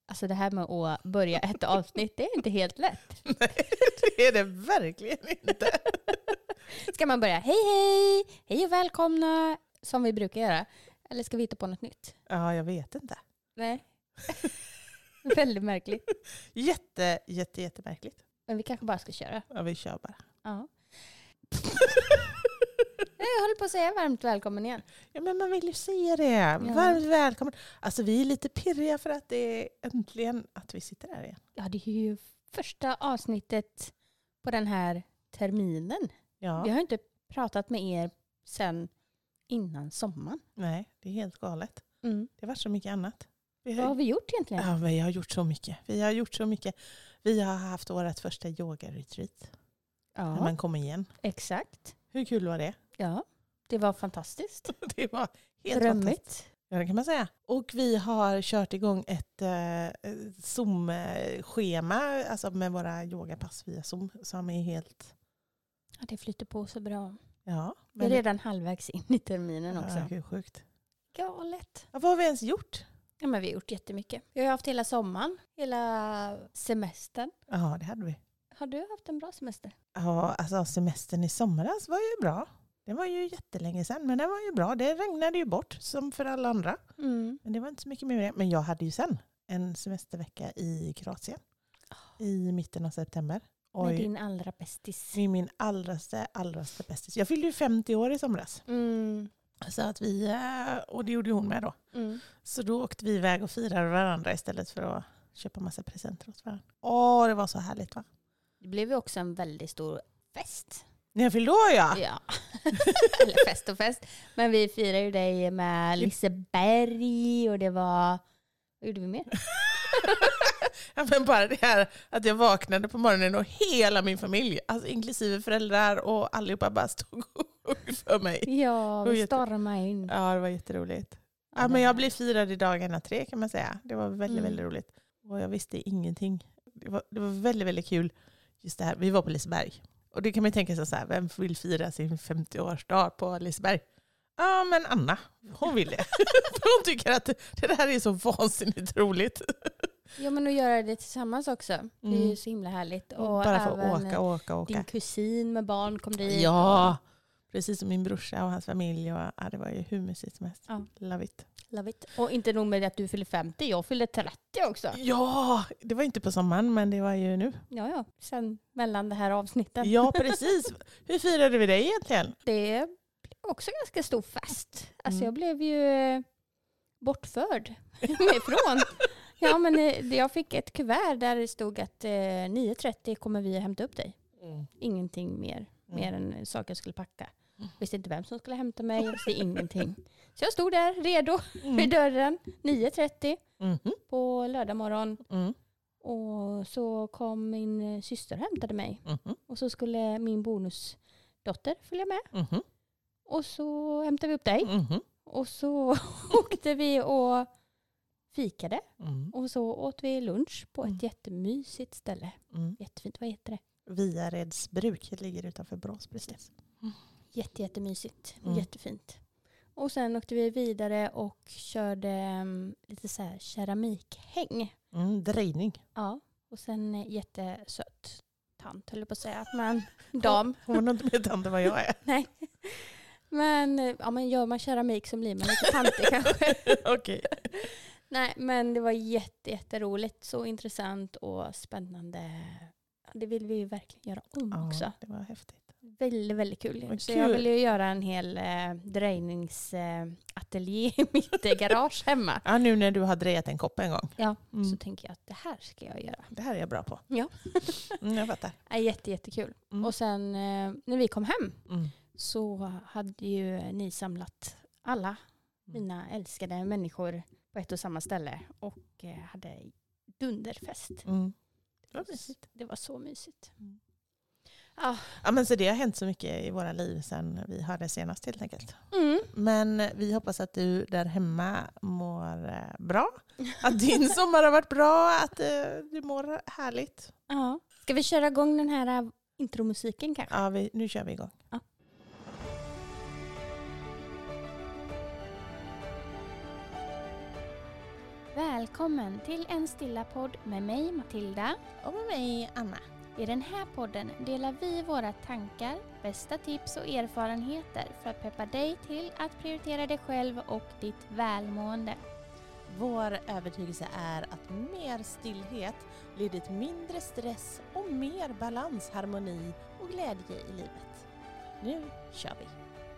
Alltså det här med att börja ett avsnitt, det är inte helt lätt. Nej, det är det verkligen inte. Ska man börja hej och välkomna som vi brukar göra? Eller ska vi hitta på något nytt? Ja, jag vet inte. Nej. Väldigt märkligt. Jättemärkligt. Men vi kanske bara ska köra. Ja, vi kör bara. Ja. Jag håller på att säga varmt välkommen igen. Ja, men man vill ju säga det. Varmt välkommen. Alltså vi är lite pirriga för att det är äntligen att vi sitter här igen. Ja, det är ju första avsnittet på den här terminen. Ja. Vi har inte pratat med er sedan innan sommaren. Nej, det är helt galet. Mm. Det har varit så mycket annat. Vad har vi gjort egentligen? Ja, vi har gjort så mycket. Vi har haft vårt första yoga-retreat. Ja, När man kommer igen. exakt. Hur kul var det? Ja, det var fantastiskt. Det var helt fantastiskt. Drömmigt. Ja, det kan man säga. Och vi har kört igång ett Zoom-schema alltså med våra yogapass via Zoom som är helt... Ja, det flyter på så bra. Ja. Vi är redan halvvägs in i terminen också. Ja, hur sjukt. Galet. Ja, vad har vi ens gjort? Ja, men vi har gjort jättemycket. Vi har haft hela sommaren, hela semestern. Ja, det hade vi. Har du haft en bra semester? Ja, alltså semestern i somras var ju bra. Det var ju jättelänge sedan, men det var ju bra. Det regnade ju bort som för alla andra. Mm. Men det var inte så mycket med det. Men jag hade ju sen en semestervecka i Kroatien. I mitten av september. Med din allra bästis. Det är min allraste bästis. Jag fyllde ju 50 år i somras. Mm. Så att vi, och det gjorde hon med då. Mm. Så då åkte vi iväg och firade varandra istället för att köpa massa presenter åt varandra. Det var så härligt, va? Det blev ju också en väldigt stor fest. När jag fyllde år, ja. Ja. Eller fest och fest. Men vi firade ju dig med Liseberg och det var... Vad gjorde vi mer? Ja, men bara det här att jag vaknade på morgonen och hela min familj, alltså inklusive föräldrar och allihopa bara stod och för mig. Ja, vi stormade in. Ja, det var jätteroligt. Ja, Ja, men jag blev firad i dagarna 3 kan man säga. Det var väldigt roligt. Och jag visste ingenting. Det var väldigt, väldigt kul. Just det här, vi var på Liseberg. Och det kan man tänka sig så här, vem vill fira sin 50-årsdag på Liseberg? Ja, men Anna, hon vill det. Hon tycker att det här är så vansinnigt roligt. Ja, men att göra det tillsammans också. Det är ju så himla härligt. Och bara för även att åka. din kusin med barn kom dit. Ja, precis som min brorsa och hans familj. Och, det var ju hur mysigt som helst. Ja. Love it. Love it. Och inte nog med att du fyllde 50, jag fyllde 30 också. Ja, det var inte på sommaren men det var ju nu. Ja. Sen mellan det här avsnitten. Ja, precis. Hur firade vi det egentligen? Det blev också ganska stor fest. Alltså jag blev ju bortförd ifrån. Ja, men jag fick ett kuvert där det stod att 9:30 kommer vi hämta upp dig. Ingenting mer än saker jag skulle packa. Visste inte vem som skulle hämta mig, visste ingenting. Så jag stod där redo vid dörren 9:30 på lördag morgon. Och så kom min syster och hämtade mig. Och så skulle min bonusdotter följa med. Och så hämtade vi upp dig. Och så åkte vi och fikade. Och så åt vi lunch på ett jättemysigt ställe. Jättefint, vad heter det? Viaredsbruk ligger utanför Borås precis. Jättemysigt och jättefint. Och sen åkte vi vidare och körde lite så här keramikhäng. Drejning. Ja, och sen jättesött tant, höll jag på att säga. Men dam. Hon var nog inte mer tant än vad jag är. Nej. Men gör man keramik så blir man lite tantig kanske. Okej. Nej, men det var jätteroligt. Så intressant och spännande. Det vill vi ju verkligen göra om också. Det var häftigt. Väldigt, väldigt kul. Så kul. jag ville ju göra en hel drejningsateljé i mitt garage hemma. Ja, nu när du har drejat en kopp en gång. Ja, så tänker jag att det här ska jag göra. Det här är jag bra på. Ja. Jag fattar. Jättekul. Och sen när vi kom hem så hade ju ni samlat alla mina älskade människor på ett och samma ställe och hade dunderfest. Det var så mysigt. Ja, men så det har hänt så mycket i våra liv sedan vi hörde senast helt enkelt. Men vi hoppas att du där hemma mår bra. Att din sommar har varit bra. Att du mår härligt. Ja. Ska vi köra igång den här intromusiken kanske? Ja, nu kör vi igång. Ja. Välkommen till en stilla podd med mig Matilda. Och med mig Anna. I den här podden delar vi våra tankar, bästa tips och erfarenheter för att peppa dig till att prioritera dig själv och ditt välmående. Vår övertygelse är att mer stillhet leder till mindre stress och mer balans, harmoni och glädje i livet. Nu kör vi!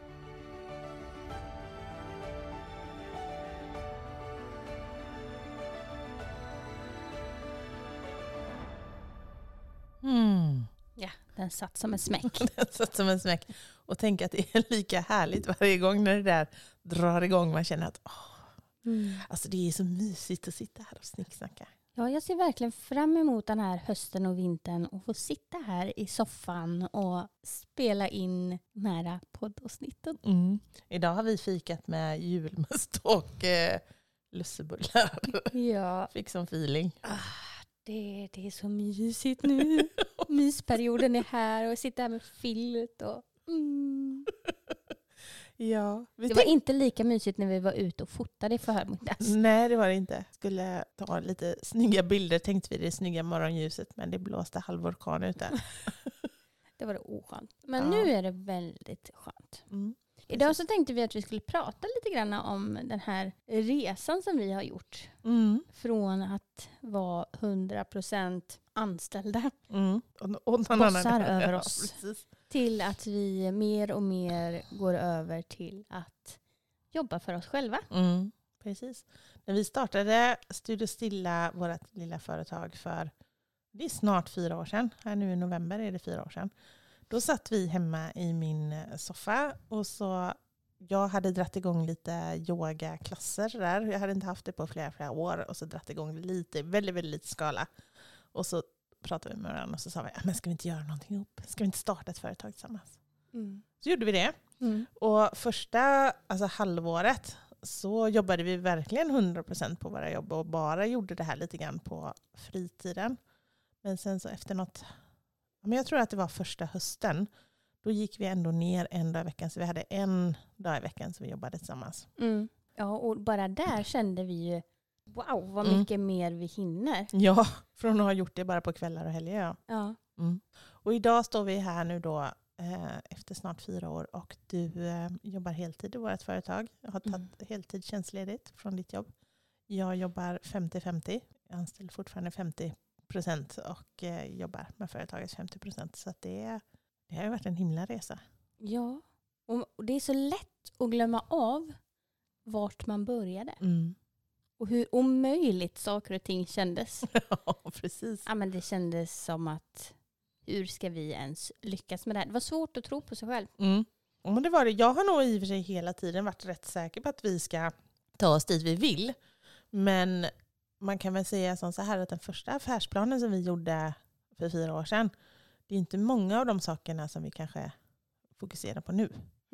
Ja, den satt som en smäck. Den satt som en smäck. Och tänk att det är lika härligt varje gång när det där drar igång. Man känner att alltså det är så mysigt att sitta här och snicksnacka. Ja, jag ser verkligen fram emot den här hösten och vintern och få sitta här i soffan och spela in de här poddavsnitten. Idag har vi fikat med julmust och lussebullar. Ja. Fick som feeling. Det är så mysigt nu. Mysperioden är här och sitter här med filt. Och, Ja, det var inte lika mysigt när vi var ute och fotade i förmiddags. Nej, det var det inte. Skulle ta lite snygga bilder tänkte vi, det snygga morgonljuset, men det blåste halvorkan ute. Det var det oskönt. Men nu är det väldigt skönt. Idag så tänkte vi att vi skulle prata lite grann om den här resan som vi har gjort. Från att vara 100% anställda. Och bossar över oss. Ja, till att vi mer och mer går över till att jobba för oss själva. Precis. När vi startade Studio Stilla, vårt lilla företag det är snart 4 år sedan. Här nu i november är det 4 år sedan. Då satt vi hemma i min soffa och så jag hade dratt igång lite yogaklasser där. Jag hade inte haft det på flera år och så dratt igång lite, väldigt, väldigt lite skala. Och så pratade vi med varandra och så sa vi, men ska vi inte göra någonting ihop? Ska vi inte starta ett företag tillsammans? Så gjorde vi det. Och första halvåret så jobbade vi verkligen 100% på våra jobb och bara gjorde det här lite grann på fritiden. Men sen så efter något, jag tror att det var första hösten, då gick vi ändå ner en dag i veckan. Så vi hade en dag i veckan som vi jobbade tillsammans. Ja, och bara där kände vi ju, wow, vad mycket mer vi hinner. Ja, från att ha gjort det bara på kvällar och helger. Ja. Och idag står vi här nu då efter snart 4 år och du jobbar heltid i vårt företag. Jag har tagit heltid tjänstledigt från ditt jobb. Jag jobbar 50-50. Jag anställer fortfarande 50% och jobbar med företagets 50%. Så att det har ju varit en himla resa. Ja, och det är så lätt att glömma av vart man började. Och hur omöjligt saker och ting kändes. Ja, precis. Ja, men det kändes som att hur ska vi ens lyckas med det här? Det var svårt att tro på sig själv. Men det var det. Jag har nog i och för sig hela tiden varit rätt säker på att vi ska ta oss dit vi vill. Men man kan väl säga så här att den första affärsplanen som vi gjorde för 4 år sedan, det är inte många av de sakerna som vi kanske fokuserar på nu.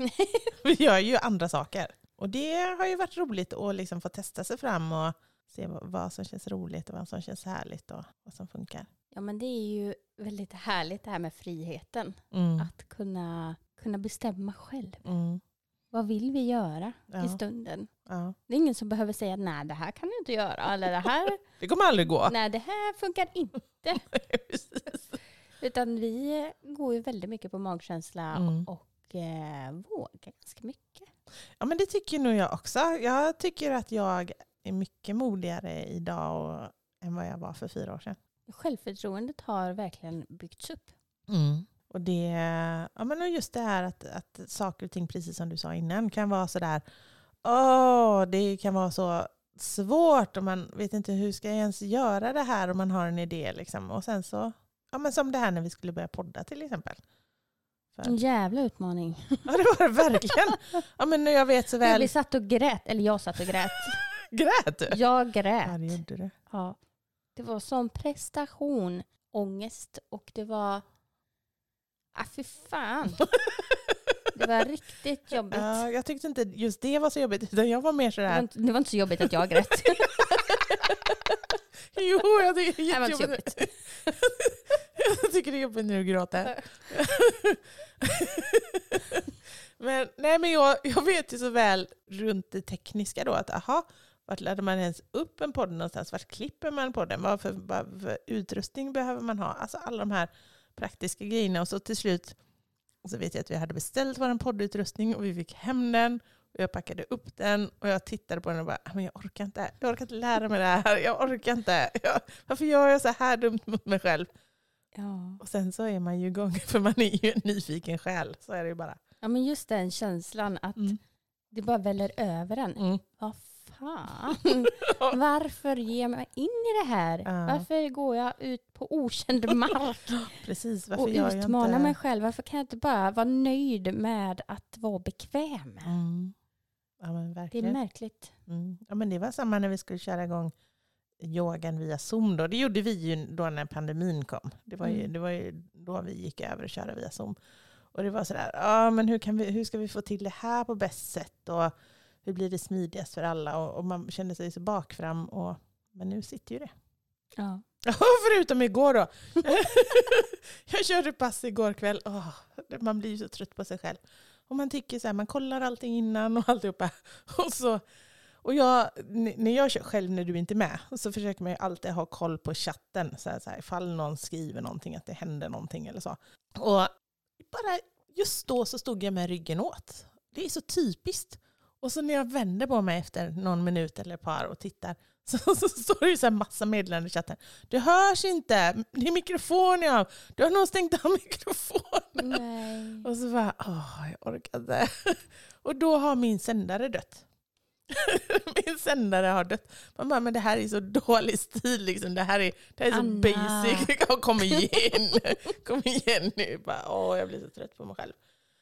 Vi gör ju andra saker. Och det har ju varit roligt att liksom få testa sig fram och se vad som känns roligt och vad som känns härligt och vad som funkar. Ja, men det är ju väldigt härligt det här med friheten. Att kunna bestämma själv. Vad vill vi göra i stunden? Ja. Det är ingen som behöver säga nej, det här kan du inte göra. Eller det här det kommer aldrig gå. Nej, det här funkar inte. Precis. Utan vi går ju väldigt mycket på magkänsla och vågar ganska mycket. Ja, men det tycker nog jag också. Jag tycker att jag är mycket modigare idag än vad jag var för 4 år sedan. Självförtroendet har verkligen byggts upp. Och det, men just det här att saker och ting, precis som du sa innan, kan vara sådär, det kan vara så svårt och man vet inte hur ska jag ens göra det här om man har en idé. Liksom. Och sen så, men som det här när vi skulle börja podda till exempel. En jävla utmaning. Ja, det var det verkligen. Ja, men jag vet så väl. Vi satt och grät, eller jag satt och grät. Grät du? Jag grät. Ja, det gjorde du. Ja. Det var sån prestation, ångest och det var... fy fan. Det var riktigt jobbigt. Ja, jag tyckte inte just det var så jobbigt, utan jag var mer sådär... Det var inte så jobbigt att jag grät. Jo, jag tycker det är var jättejobbigt. Jag tycker det är jobbigt när du gråter. Men jag vet ju så väl runt det tekniska då att Vart laddar man ens upp en podd någonstans? Vart klipper man podden? Vad för utrustning behöver man ha? Alltså alla de här praktiska grejerna. Och så till slut så vet jag att vi hade beställt vår poddutrustning och vi fick hem den. Och jag packade upp den och jag tittade på den och bara, men jag orkar inte lära mig det här. Jag orkar inte. Varför gör jag så här dumt mot mig själv? Ja. Och sen så är man ju igång, för man är ju en nyfiken själ. Så är det ju bara. Ja, men just den känslan att det bara väller över en. Vad fan? Varför ger jag mig in i det här? Varför går jag ut på okänd mark? Precis, och utmanar mig själv? Varför kan jag inte bara vara nöjd med att vara bekväm? Ja, men verkligen. Det är märkligt. Ja, men det var samma när vi skulle köra igång yogan via Zoom. Då. Det gjorde vi ju då när pandemin kom. Det var ju då vi gick över och köra via Zoom. Och det var sådär, men hur ska vi få till det här på bäst sätt? Och hur blir det smidigast för alla? Och man kände sig så bakfram. Men nu sitter ju det. Ja. Förutom igår då. Jag körde pass igår kväll. Man blir ju så trött på sig själv. Och man tycker så här, man kollar allting innan och alltihopa. Och när jag kör själv när du inte är med, så försöker man ju alltid ha koll på chatten. Så här, ifall någon skriver någonting, att det händer någonting eller så. Och bara just då så stod jag med ryggen åt. Det är så typiskt. Och så när jag vänder på mig efter någon minut eller ett par och tittar, så står det ju så här massa meddelanden i chatten. Det hörs inte, det är mikrofonen av. Du har nog stängt av mikrofonen. Nej. Och så bara, jag orkar inte. Och då har min sändare dött. Min sändare har dött. Man bara, men det här är så dålig stil liksom. Det här är så Anna. basic. Kom igen nu. Bara, jag blir så trött på mig själv.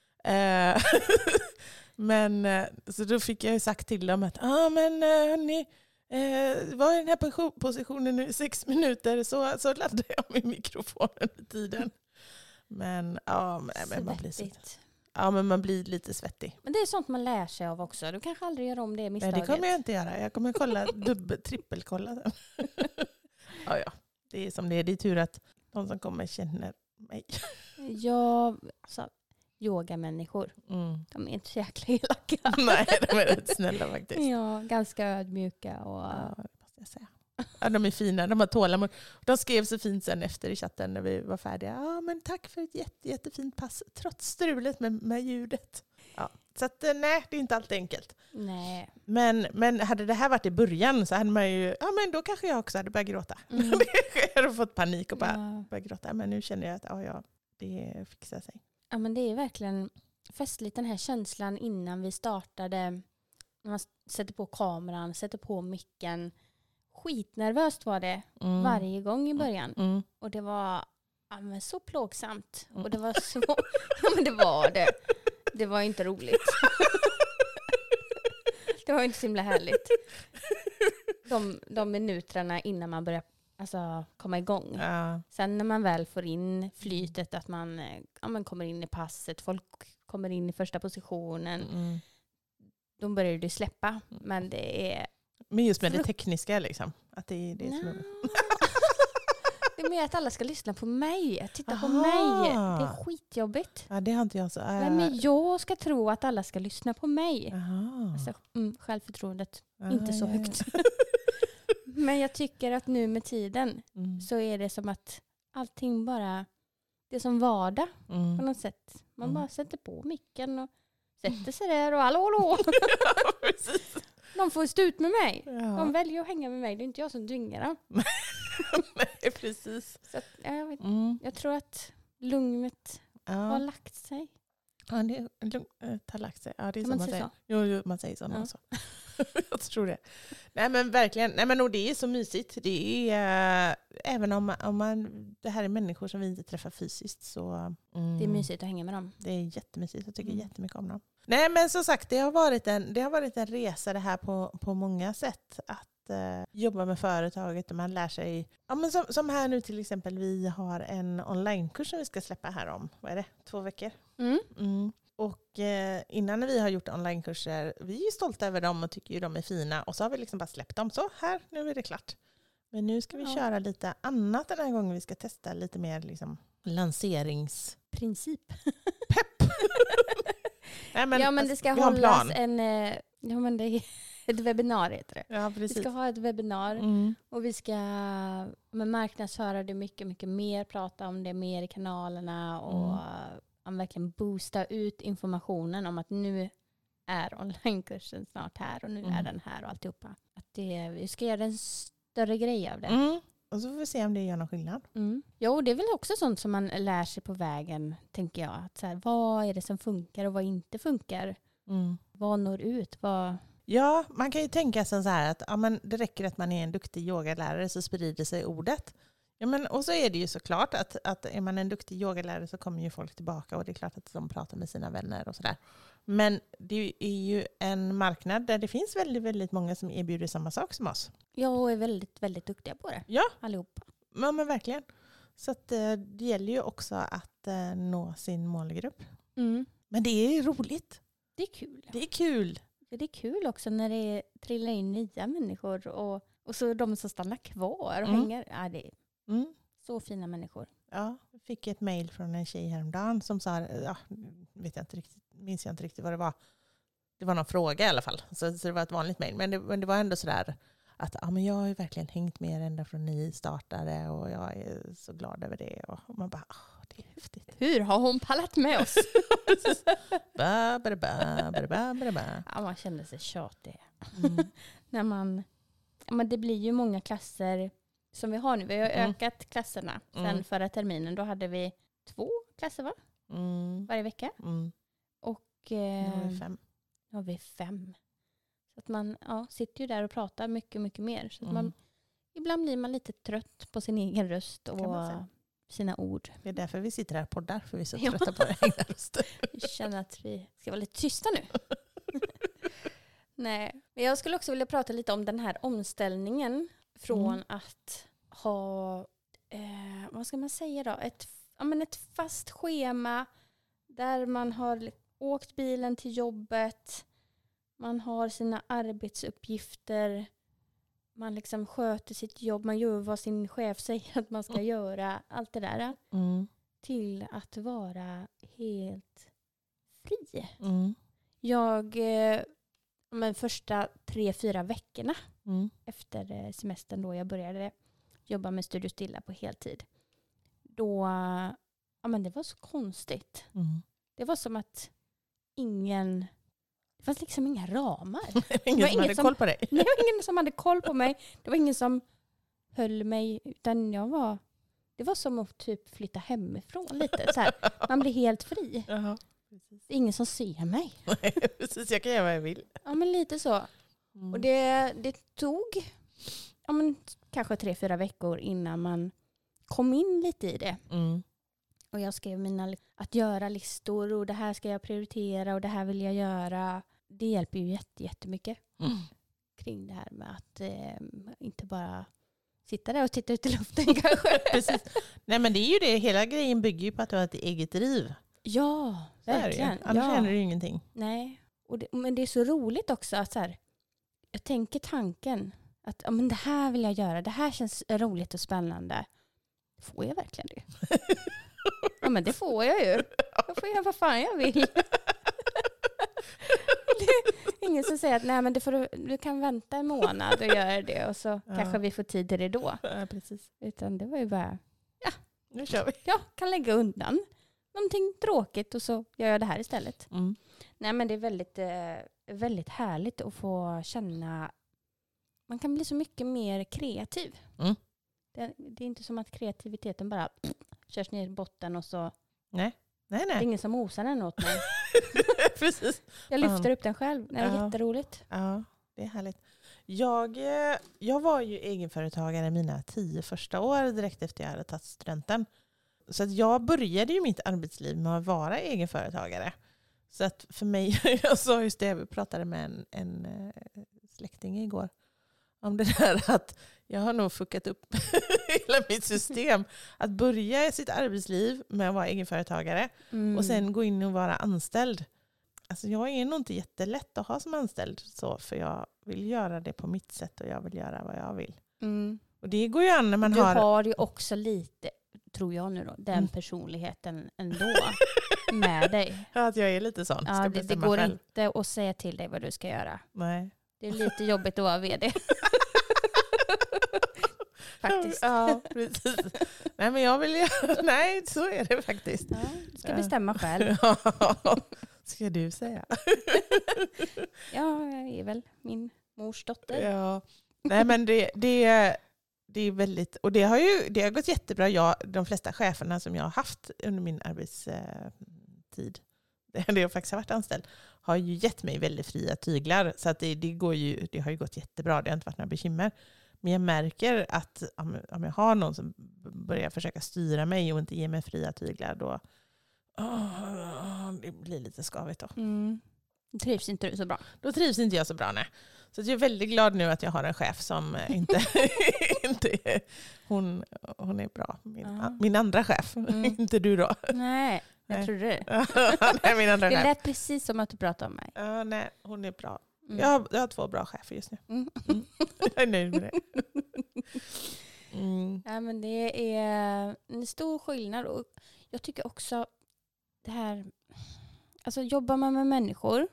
Men så då fick jag ju sagt till dem att hörni, var i den här positionen nu 6 minuter, så laddade jag min mikrofonen i tiden. Men man blir så. Ja, men man blir lite svettig. Men det är sånt man lär sig av också. Du kanske aldrig gör om det misstaget. Nej, det kommer jag inte göra. Jag kommer kolla, trippelkolla den. Ja. Det är som det är. Det är tur att de som kommer känner mig. Ja, alltså yogamänniskor. De är inte så jäkla elaka. Nej, de är rätt snälla faktiskt. Ja, ganska ödmjuka. Ja, det måste jag säga. Ja, de är fina, de har tålamod. De skrev så fint sen efter i chatten när vi var färdiga. Ja, men tack för ett jättefint pass, trots strulet med ljudet. Ja, så att nej, det är inte alltid enkelt. Nej. Men hade det här varit i början så hade man ju, men då kanske jag också hade börjat gråta. Jag hade fått panik och bara börjat gråta. Men nu känner jag att det fixar sig. Ja, men det är verkligen festligt, den här känslan innan vi startade. När man sätter på kameran, sätter på micken. Skitnervöst var det varje gång i början. Och det var så plågsamt. Och det var så... men det var det. Det var inte roligt. Det var inte så himla härligt. De minuterna innan man börjar komma igång. Ja. Sen när man väl får in flytet, att man kommer in i passet, folk kommer in i första positionen. Då börjar det släppa. Men det är... Men just med det tekniska liksom. Att det är det som är... Det är mer att alla ska lyssna på mig. Titta på mig. Det är skitjobbigt. Ja, det har inte jag så. Vem är jag ska tro att alla ska lyssna på mig? Självförtroendet. Inte så högt. Men jag tycker att nu med tiden så är det som att allting bara... Det är som vardag på något sätt. Man bara sätter på micken och sätter sig där och hallå. Ja, precis. De får stå ut med mig. Ja. De väljer att hänga med mig. Det är inte jag som dyngar dem. Nej, precis. Så att, jag tror att lugnet har lagt sig. Ja, det har lagt sig. Ja, det är kan som man säga så? Jo, man säger så. Ja. Jag tror det. Nej, men verkligen. Nej, men det är så mysigt. Det är även om man det här är människor som vi inte träffar fysiskt, så det är mysigt att hänga med dem. Det är jättemysigt. Jag tycker jättemycket om dem. Nej, men som sagt, det har varit en resa det här på många sätt att jobba med företaget, och man lär sig, men som här nu till exempel, vi har en onlinekurs som vi ska släppa här om, 2 veckor. Och innan vi har gjort onlinekurser, vi är stolta över dem och tycker ju de är fina, och så har vi liksom bara släppt dem, så här, nu är det klart. Men nu ska vi köra lite annat den här gången. Vi ska testa lite mer liksom lanseringsprincip. Pepp! Nej, men det ska hållas en... Ett webbinar heter det. Ja, Vi precis. ska ha ett webbinar och vi ska marknadsföra det mycket, mycket mer. Prata om det mer i kanalerna och verkligen boosta ut informationen om att nu är onlinekursen snart här och nu är den här och alltihopa. Att vi ska göra en större grej av det. Och så får vi se om det gör någon skillnad. Jo, det är väl också sånt som man lär sig på vägen, tänker jag. Att så här, vad är det som funkar och vad inte funkar? Vad når ut? Ja, man kan ju tänka sig så här att men det räcker att man är en duktig yogalärare så sprider sig ordet. Ja, men, och så är det ju såklart att är man en duktig yogalärare så kommer ju folk tillbaka och det är klart att de pratar med sina vänner och sådär. Men det är ju en marknad där det finns väldigt, väldigt många som erbjuder samma sak som oss. Jag är väldigt, väldigt duktiga på det. Ja. Allihopa. Ja, men verkligen. Så att, det gäller ju också att nå sin målgrupp. Men det är roligt. Det är kul. Det är kul. Det är kul också när det trillar in nya människor och så de som stannar kvar och hänger. Ja, det är så fina människor. Ja, jag fick ett mejl från en tjej häromdagen som sa, minns jag inte riktigt vad det var. Det var någon fråga i alla fall. Så det var ett vanligt mejl. Men det var ändå sådär att men jag har ju verkligen hängt med ända från ni startade och jag är så glad över det. Och man bara, det är häftigt. Hur har hon pallat med oss? Ja, man känner sig tjatig. Men det blir ju många klasser som vi har nu. Vi har ökat klasserna sen förra terminen. Då hade vi 2 klasser varje vecka. Och nu har vi 5. Så att man sitter ju där och pratar mycket, mycket mer. Så att ibland blir man lite trött på sin egen röst och sina ord. Det är därför vi sitter här och poddar, för vi är så trötta på våra egna röster. Jag känner att vi ska vara lite tysta nu. Nej, men jag skulle också vilja prata lite om den här omställningen från att ha, vad ska man säga då, ett fast schema där man har åkt bilen till jobbet, man har sina arbetsuppgifter, man liksom sköter sitt jobb, man gör vad sin chef säger att man ska göra, allt det där, till att vara helt fri. Jag, första 3-4 veckorna efter semestern då jag började jobba med Studio Stilla på heltid, då, det var så konstigt. Det var som att det fanns liksom inga ramar. Ingen som hade koll på dig. Det var ingen som hade koll på mig. Det var ingen som höll mig, utan det var som att typ flytta hemifrån lite. Så här, man blir helt fri. Jaha, precis. Det är ingen som ser mig. Nej, precis, jag kan göra vad jag vill. Ja, men lite så. Och det tog kanske 3-4 veckor innan man kom in lite i det. Och jag skrev att göra listor och det här ska jag prioritera och det här vill jag göra. Det hjälper ju jättemycket kring det här med att inte bara sitta där och titta ut i luften kanske. Precis. Nej, men det är ju det. Hela grejen bygger ju på att du har ett eget driv. Ja, verkligen. Annars händer det ju ingenting. Nej, men det är så roligt också att så här, jag tänker tanken att men det här vill jag göra. Det här känns roligt och spännande. Får jag verkligen det? Ja, men det får jag ju. Jag får göra vad fan jag vill. Det är ingen som säger att nej, men du kan vänta en månad och göra det och så kanske vi får tid till det då. Ja, precis. Utan det var ju bara, nu kör vi. Jag kan lägga undan någonting tråkigt och så gör jag det här istället. Nej, men det är väldigt, väldigt härligt att få känna, man kan bli så mycket mer kreativ. Det är inte som att kreativiteten bara körs ner i botten och så. Nej. Det är ingen som mosar den åt mig. Precis. Jag lyfter upp den själv. Det är jätteroligt. Ja, det är härligt. Jag var ju egenföretagare mina 10 första år direkt efter jag hade tagit studenten. Så att jag började ju mitt arbetsliv med att vara egenföretagare. Så att för mig, jag sa just det, vi pratade med en släkting igår om det där att jag har nog fuckat upp hela mitt system. Att börja sitt arbetsliv med att vara egenföretagare och sen gå in och vara anställd. Alltså jag är nog inte jättelätt att ha som anställd så, för jag vill göra det på mitt sätt och jag vill göra vad jag vill. Och det går ju an när man du har ju också lite, tror jag nu då, den personligheten ändå med dig. Ja, att jag är lite sån. Ja, det går själv. Inte att säga till dig vad du ska göra. Nej. Det är lite jobbigt att vara vd. Faktiskt. Ja, precis. Nej, men jag vill nej, så är det faktiskt. Ja, du ska bestämma själv. Ska du säga? Ja, jag är väl min mors dotter. Ja. Nej, men det är väldigt, och det har gått jättebra. De flesta cheferna som jag har haft under min arbetstid, där jag faktiskt har varit anställd, har ju gett mig väldigt fria tyglar. Så att det har ju gått jättebra. Det har inte varit några bekymmer. Men jag märker att om jag har någon som börjar försöka styra mig och inte ge mig fria tyglar, då det blir lite skavigt då. Trivs inte du så bra? Då trivs inte jag så bra, nej. Så jag är väldigt glad nu att jag har en chef som inte är, hon är bra. Min andra chef, inte du då. Nej, jag trodde det. Nej, min andra Det chef. lät precis som att du pratade om mig. Ja, nej, hon är bra. Jag har 2 bra chefer just nu. Jag är nöjd med det. Ja, men det är en stor skillnad. Och jag tycker också det här, alltså jobbar man med människor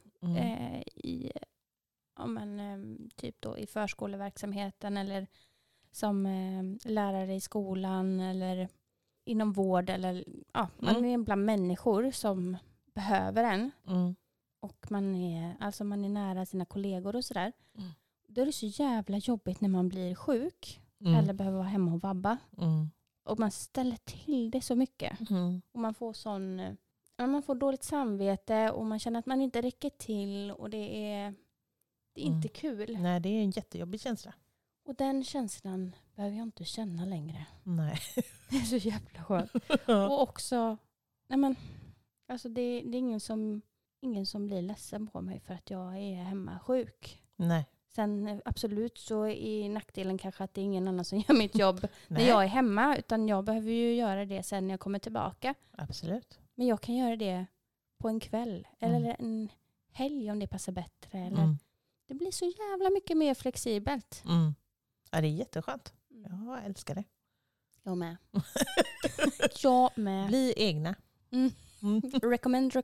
typ då i förskoleverksamheten eller som lärare i skolan eller inom vård eller man är bland människor som behöver en. Och man är nära sina kollegor och sådär. Då är det så jävla jobbigt när man blir sjuk eller behöver vara hemma och vabba. Och man ställer till det så mycket. Och man får man får dåligt samvete och man känner att man inte räcker till och det är inte kul. Nej, det är en jättejobbig känsla. Och den känslan behöver jag inte känna längre. Nej. Det är så jävla skönt. Och också, alltså det är ingen som blir ledsen på mig för att jag är hemma sjuk. Nej. Sen absolut så är nackdelen kanske att det är ingen annan som gör mitt jobb när jag är hemma. Utan jag behöver ju göra det sen när jag kommer tillbaka. Absolut. Men jag kan göra det på en kväll. Eller en helg om det passar bättre. Eller det blir så jävla mycket mer flexibelt. Ja, det är jätteskönt. Jag älskar det. Jag med. Jag med. Bli egna. Recommend.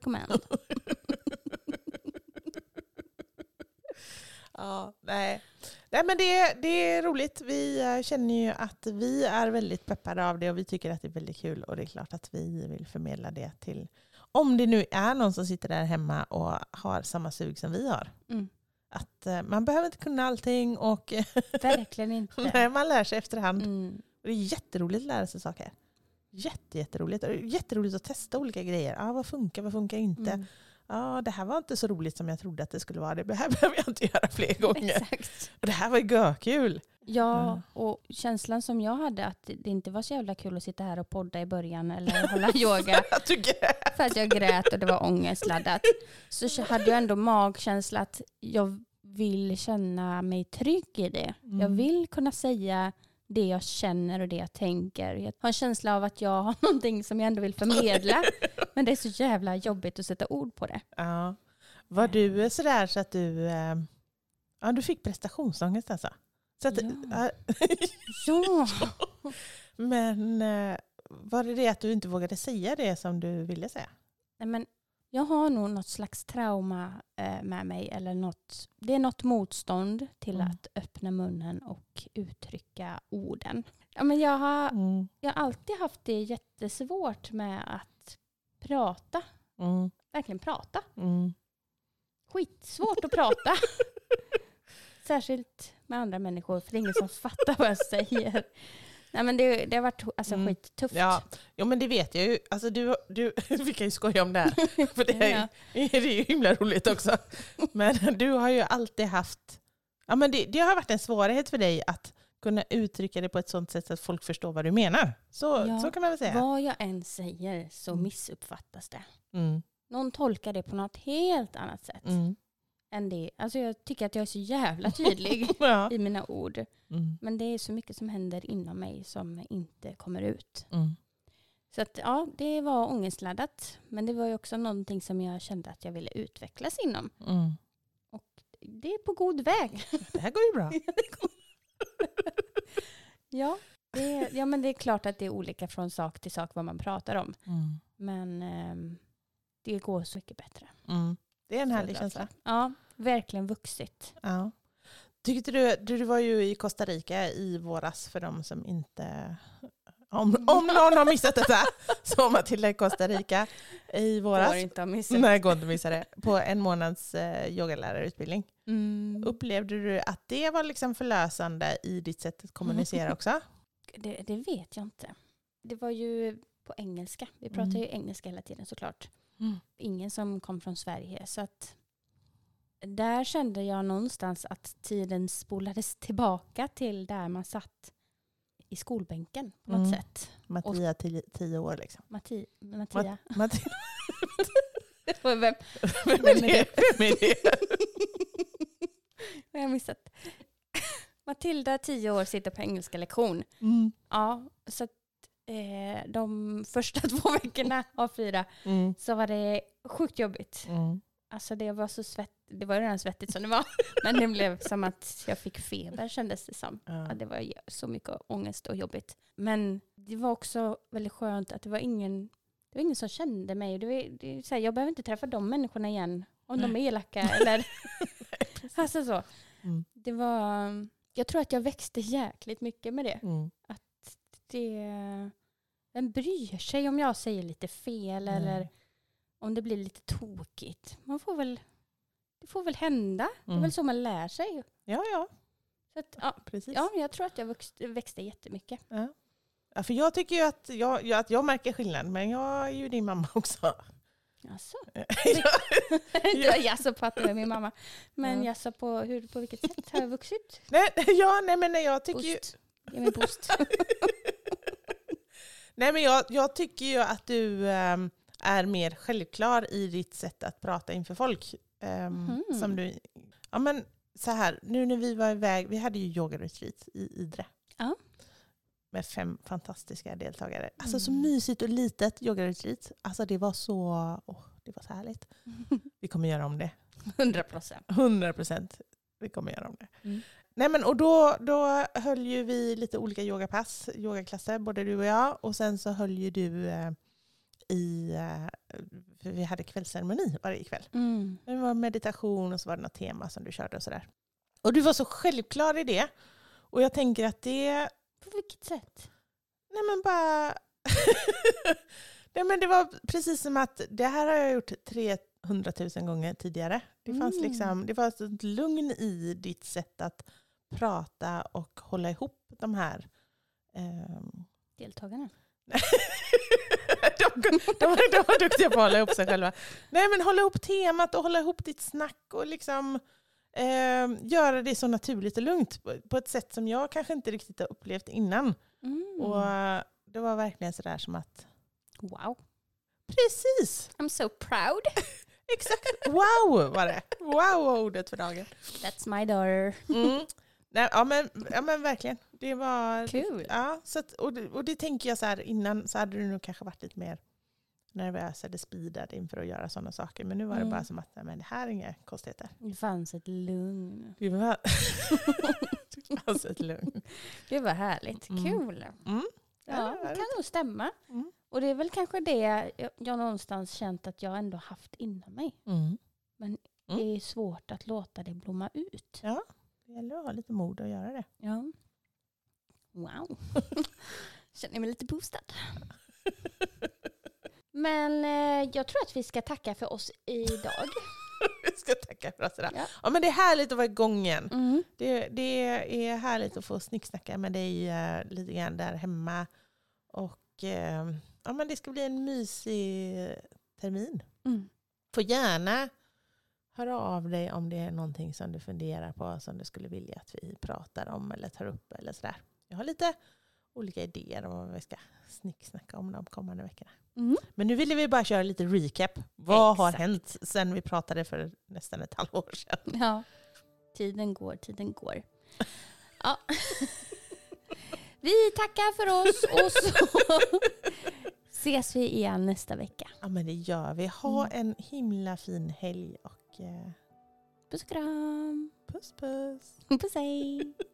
Ja, nej men det är roligt. Vi känner ju att vi är väldigt peppade av det och vi tycker att det är väldigt kul och det är klart att vi vill förmedla det till, om det nu är någon som sitter där hemma och har samma sug som vi har. Att man behöver inte kunna allting och verkligen inte. Nej, man lär sig efterhand. Och det är jätteroligt att lära sig saker. Jätteroligt. Jätteroligt att testa olika grejer. Vad funkar inte? Det här var inte så roligt som jag trodde att det skulle vara. Det här behöver jag inte göra fler gånger. Exakt. Och det här var ju görkul. Ja, och känslan som jag hade att det inte var så jävla kul att sitta här och podda i början eller hålla yoga. För att jag grät och det var ångestladdat. Så hade jag ändå magkänsla att jag vill känna mig trygg i det. Jag vill kunna säga det jag känner och det jag tänker. Jag har en känsla av att jag har någonting som jag ändå vill förmedla. Men det är så jävla jobbigt att sätta ord på det. Ja. Var du sådär så att du fick prestationsångest alltså? Så att, ja. Men var det att du inte vågade säga det som du ville säga? Nej, men jag har nog något slags trauma med mig. Eller det är något motstånd till att öppna munnen och uttrycka orden. Ja, men jag har alltid haft det jättesvårt med att prata. Verkligen prata. Skitsvårt att prata. Särskilt med andra människor. För det är ingen som fattar vad jag säger. Nej, men det har varit skittufft. Ja, men det vet jag ju. Alltså du vi kan ju skoja om det här. För det är ju himla roligt också. Men du har ju alltid haft... Ja, men det har varit en svårighet för dig att kunna uttrycka det på ett sånt sätt att folk förstår vad du menar. Så kan man väl säga. Vad jag än säger så missuppfattas det. Någon tolkar det på något helt annat sätt. Än det. Alltså jag tycker att jag är så jävla tydlig i mina ord. Men det är så mycket som händer inom mig som inte kommer ut. Så att det var ångestladdat. Men det var ju också någonting som jag kände att jag ville utvecklas inom. Och det är på god väg. Det här går ju bra. Men det är klart att det är olika från sak till sak vad man pratar om. Men det går så mycket bättre. Det är en härlig känsla. Ja, verkligen vuxit. Ja. Tyckte du var ju i Costa Rica i våras för de som inte... Om någon har missat detta så var Matilda i Costa Rica i våras. Går inte att missa. Nej, går inte att missa det. På en månads yogalärarutbildning. Upplevde du att det var liksom förlösande i ditt sätt att kommunicera också? Det vet jag inte. Det var ju på engelska. Vi pratar ju engelska hela tiden såklart. Ingen som kom från Sverige. Så att där kände jag någonstans att tiden spolades tillbaka till där man satt i skolbänken på något sätt. Mattia 10 år liksom. Mattia. Vem är det? Vad har jag missat? Matilda 10 år sitter på engelska lektion. Ja, så att, de första 2 veckorna av 4 så var det sjukt jobbigt. Alltså det var så det var redan svettigt som det var. Men det blev som att jag fick feber kändes det som. Ja, det var så mycket ångest och jobbigt. Men det var också väldigt skönt att det var ingen som kände mig. Det är så här, jag behöver inte träffa de människorna igen om de är elaka. Eller, alltså så. Det var, jag tror att jag växte jäkligt mycket med det. Att den bryr sig om jag säger lite fel eller om det blir lite tokigt. Det får väl hända. Det är väl så man lär sig. Ja. Så att, precis. Ja, jag tror att jag växte jättemycket. Ja, för jag tycker ju att jag märker skillnad, men jag är ju din mamma också. Alltså. Jag pratar med min mamma. Men jag sa på vilket sätt har jag vuxit? Nej, jag tycker ju... Ge mig boost. Nej, men jag tycker ju att du är mer självklar i ditt sätt att prata inför folk. Som du... Ja, men så här, nu när vi var iväg, vi hade ju yoga-retreat i Idre. Ja. Med 5 fantastiska deltagare. Alltså så mysigt och litet yoga-retreat. Alltså det var så härligt. Vi kommer göra om det. 100%. 100%. Vi kommer göra om det. Nej, men och då höll ju vi lite olika yogaklasser, både du och jag. Och sen så höll ju du för vi hade kvällsceremoni varje kväll. Det var meditation och så var det något tema som du körde och sådär. Och du var så självklar i det. Och jag tänker att det... På vilket sätt? Nej, men bara... Nej, men det var precis som att det här har jag gjort 300 000 gånger tidigare. Det fanns liksom, det var ett lugn i ditt sätt att prata och hålla ihop de här deltagarna. de var duktiga på att hålla ihop sig själva. Nej, men hålla ihop temat och hålla ihop ditt snack och liksom göra det så naturligt och lugnt på ett sätt som jag kanske inte riktigt har upplevt innan. Och det var verkligen så där som att wow. Precis. I'm so proud. Exakt. Wow var det. Wow var ordet för dagen. That's my daughter. Nej, ja men verkligen. Det var kul. Ja, så att, och det tänker jag så här, innan så hade du nog kanske varit lite mer nervös eller speedad inför att göra sådana saker. Men nu var det bara som att men det här är inga konstigheter. Det fanns ett lugn. Det fanns ett lugn. Det var härligt. Kul. Ja, det kan nog stämma. Och det är väl kanske det jag någonstans känt att jag ändå haft inom mig. Men det är svårt att låta det blomma ut. Ja, det gäller att ha lite mod att göra det. Ja. Wow. Känner mig lite boostad. Men jag tror att vi ska tacka för oss idag. Vi ska tacka för oss idag. Ja, men det är härligt att vara igång igen. Det är härligt att få snicksnacka med dig lite grann där hemma. Och ja, men det ska bli en mysig termin. Får gärna höra av dig om det är någonting som du funderar på, som du skulle vilja att vi pratar om eller tar upp eller sådär. Jag har lite olika idéer om vad vi ska snicksnacka om de kommande veckorna. Men nu ville vi bara köra lite recap. Vad har hänt sen vi pratade för nästan ett halvår sedan? Ja, tiden går. Ja. Vi tackar för oss och så ses vi igen nästa vecka. Ja, men det gör vi. Ha en himla fin helg och puss och kram. Puss. Puss hej.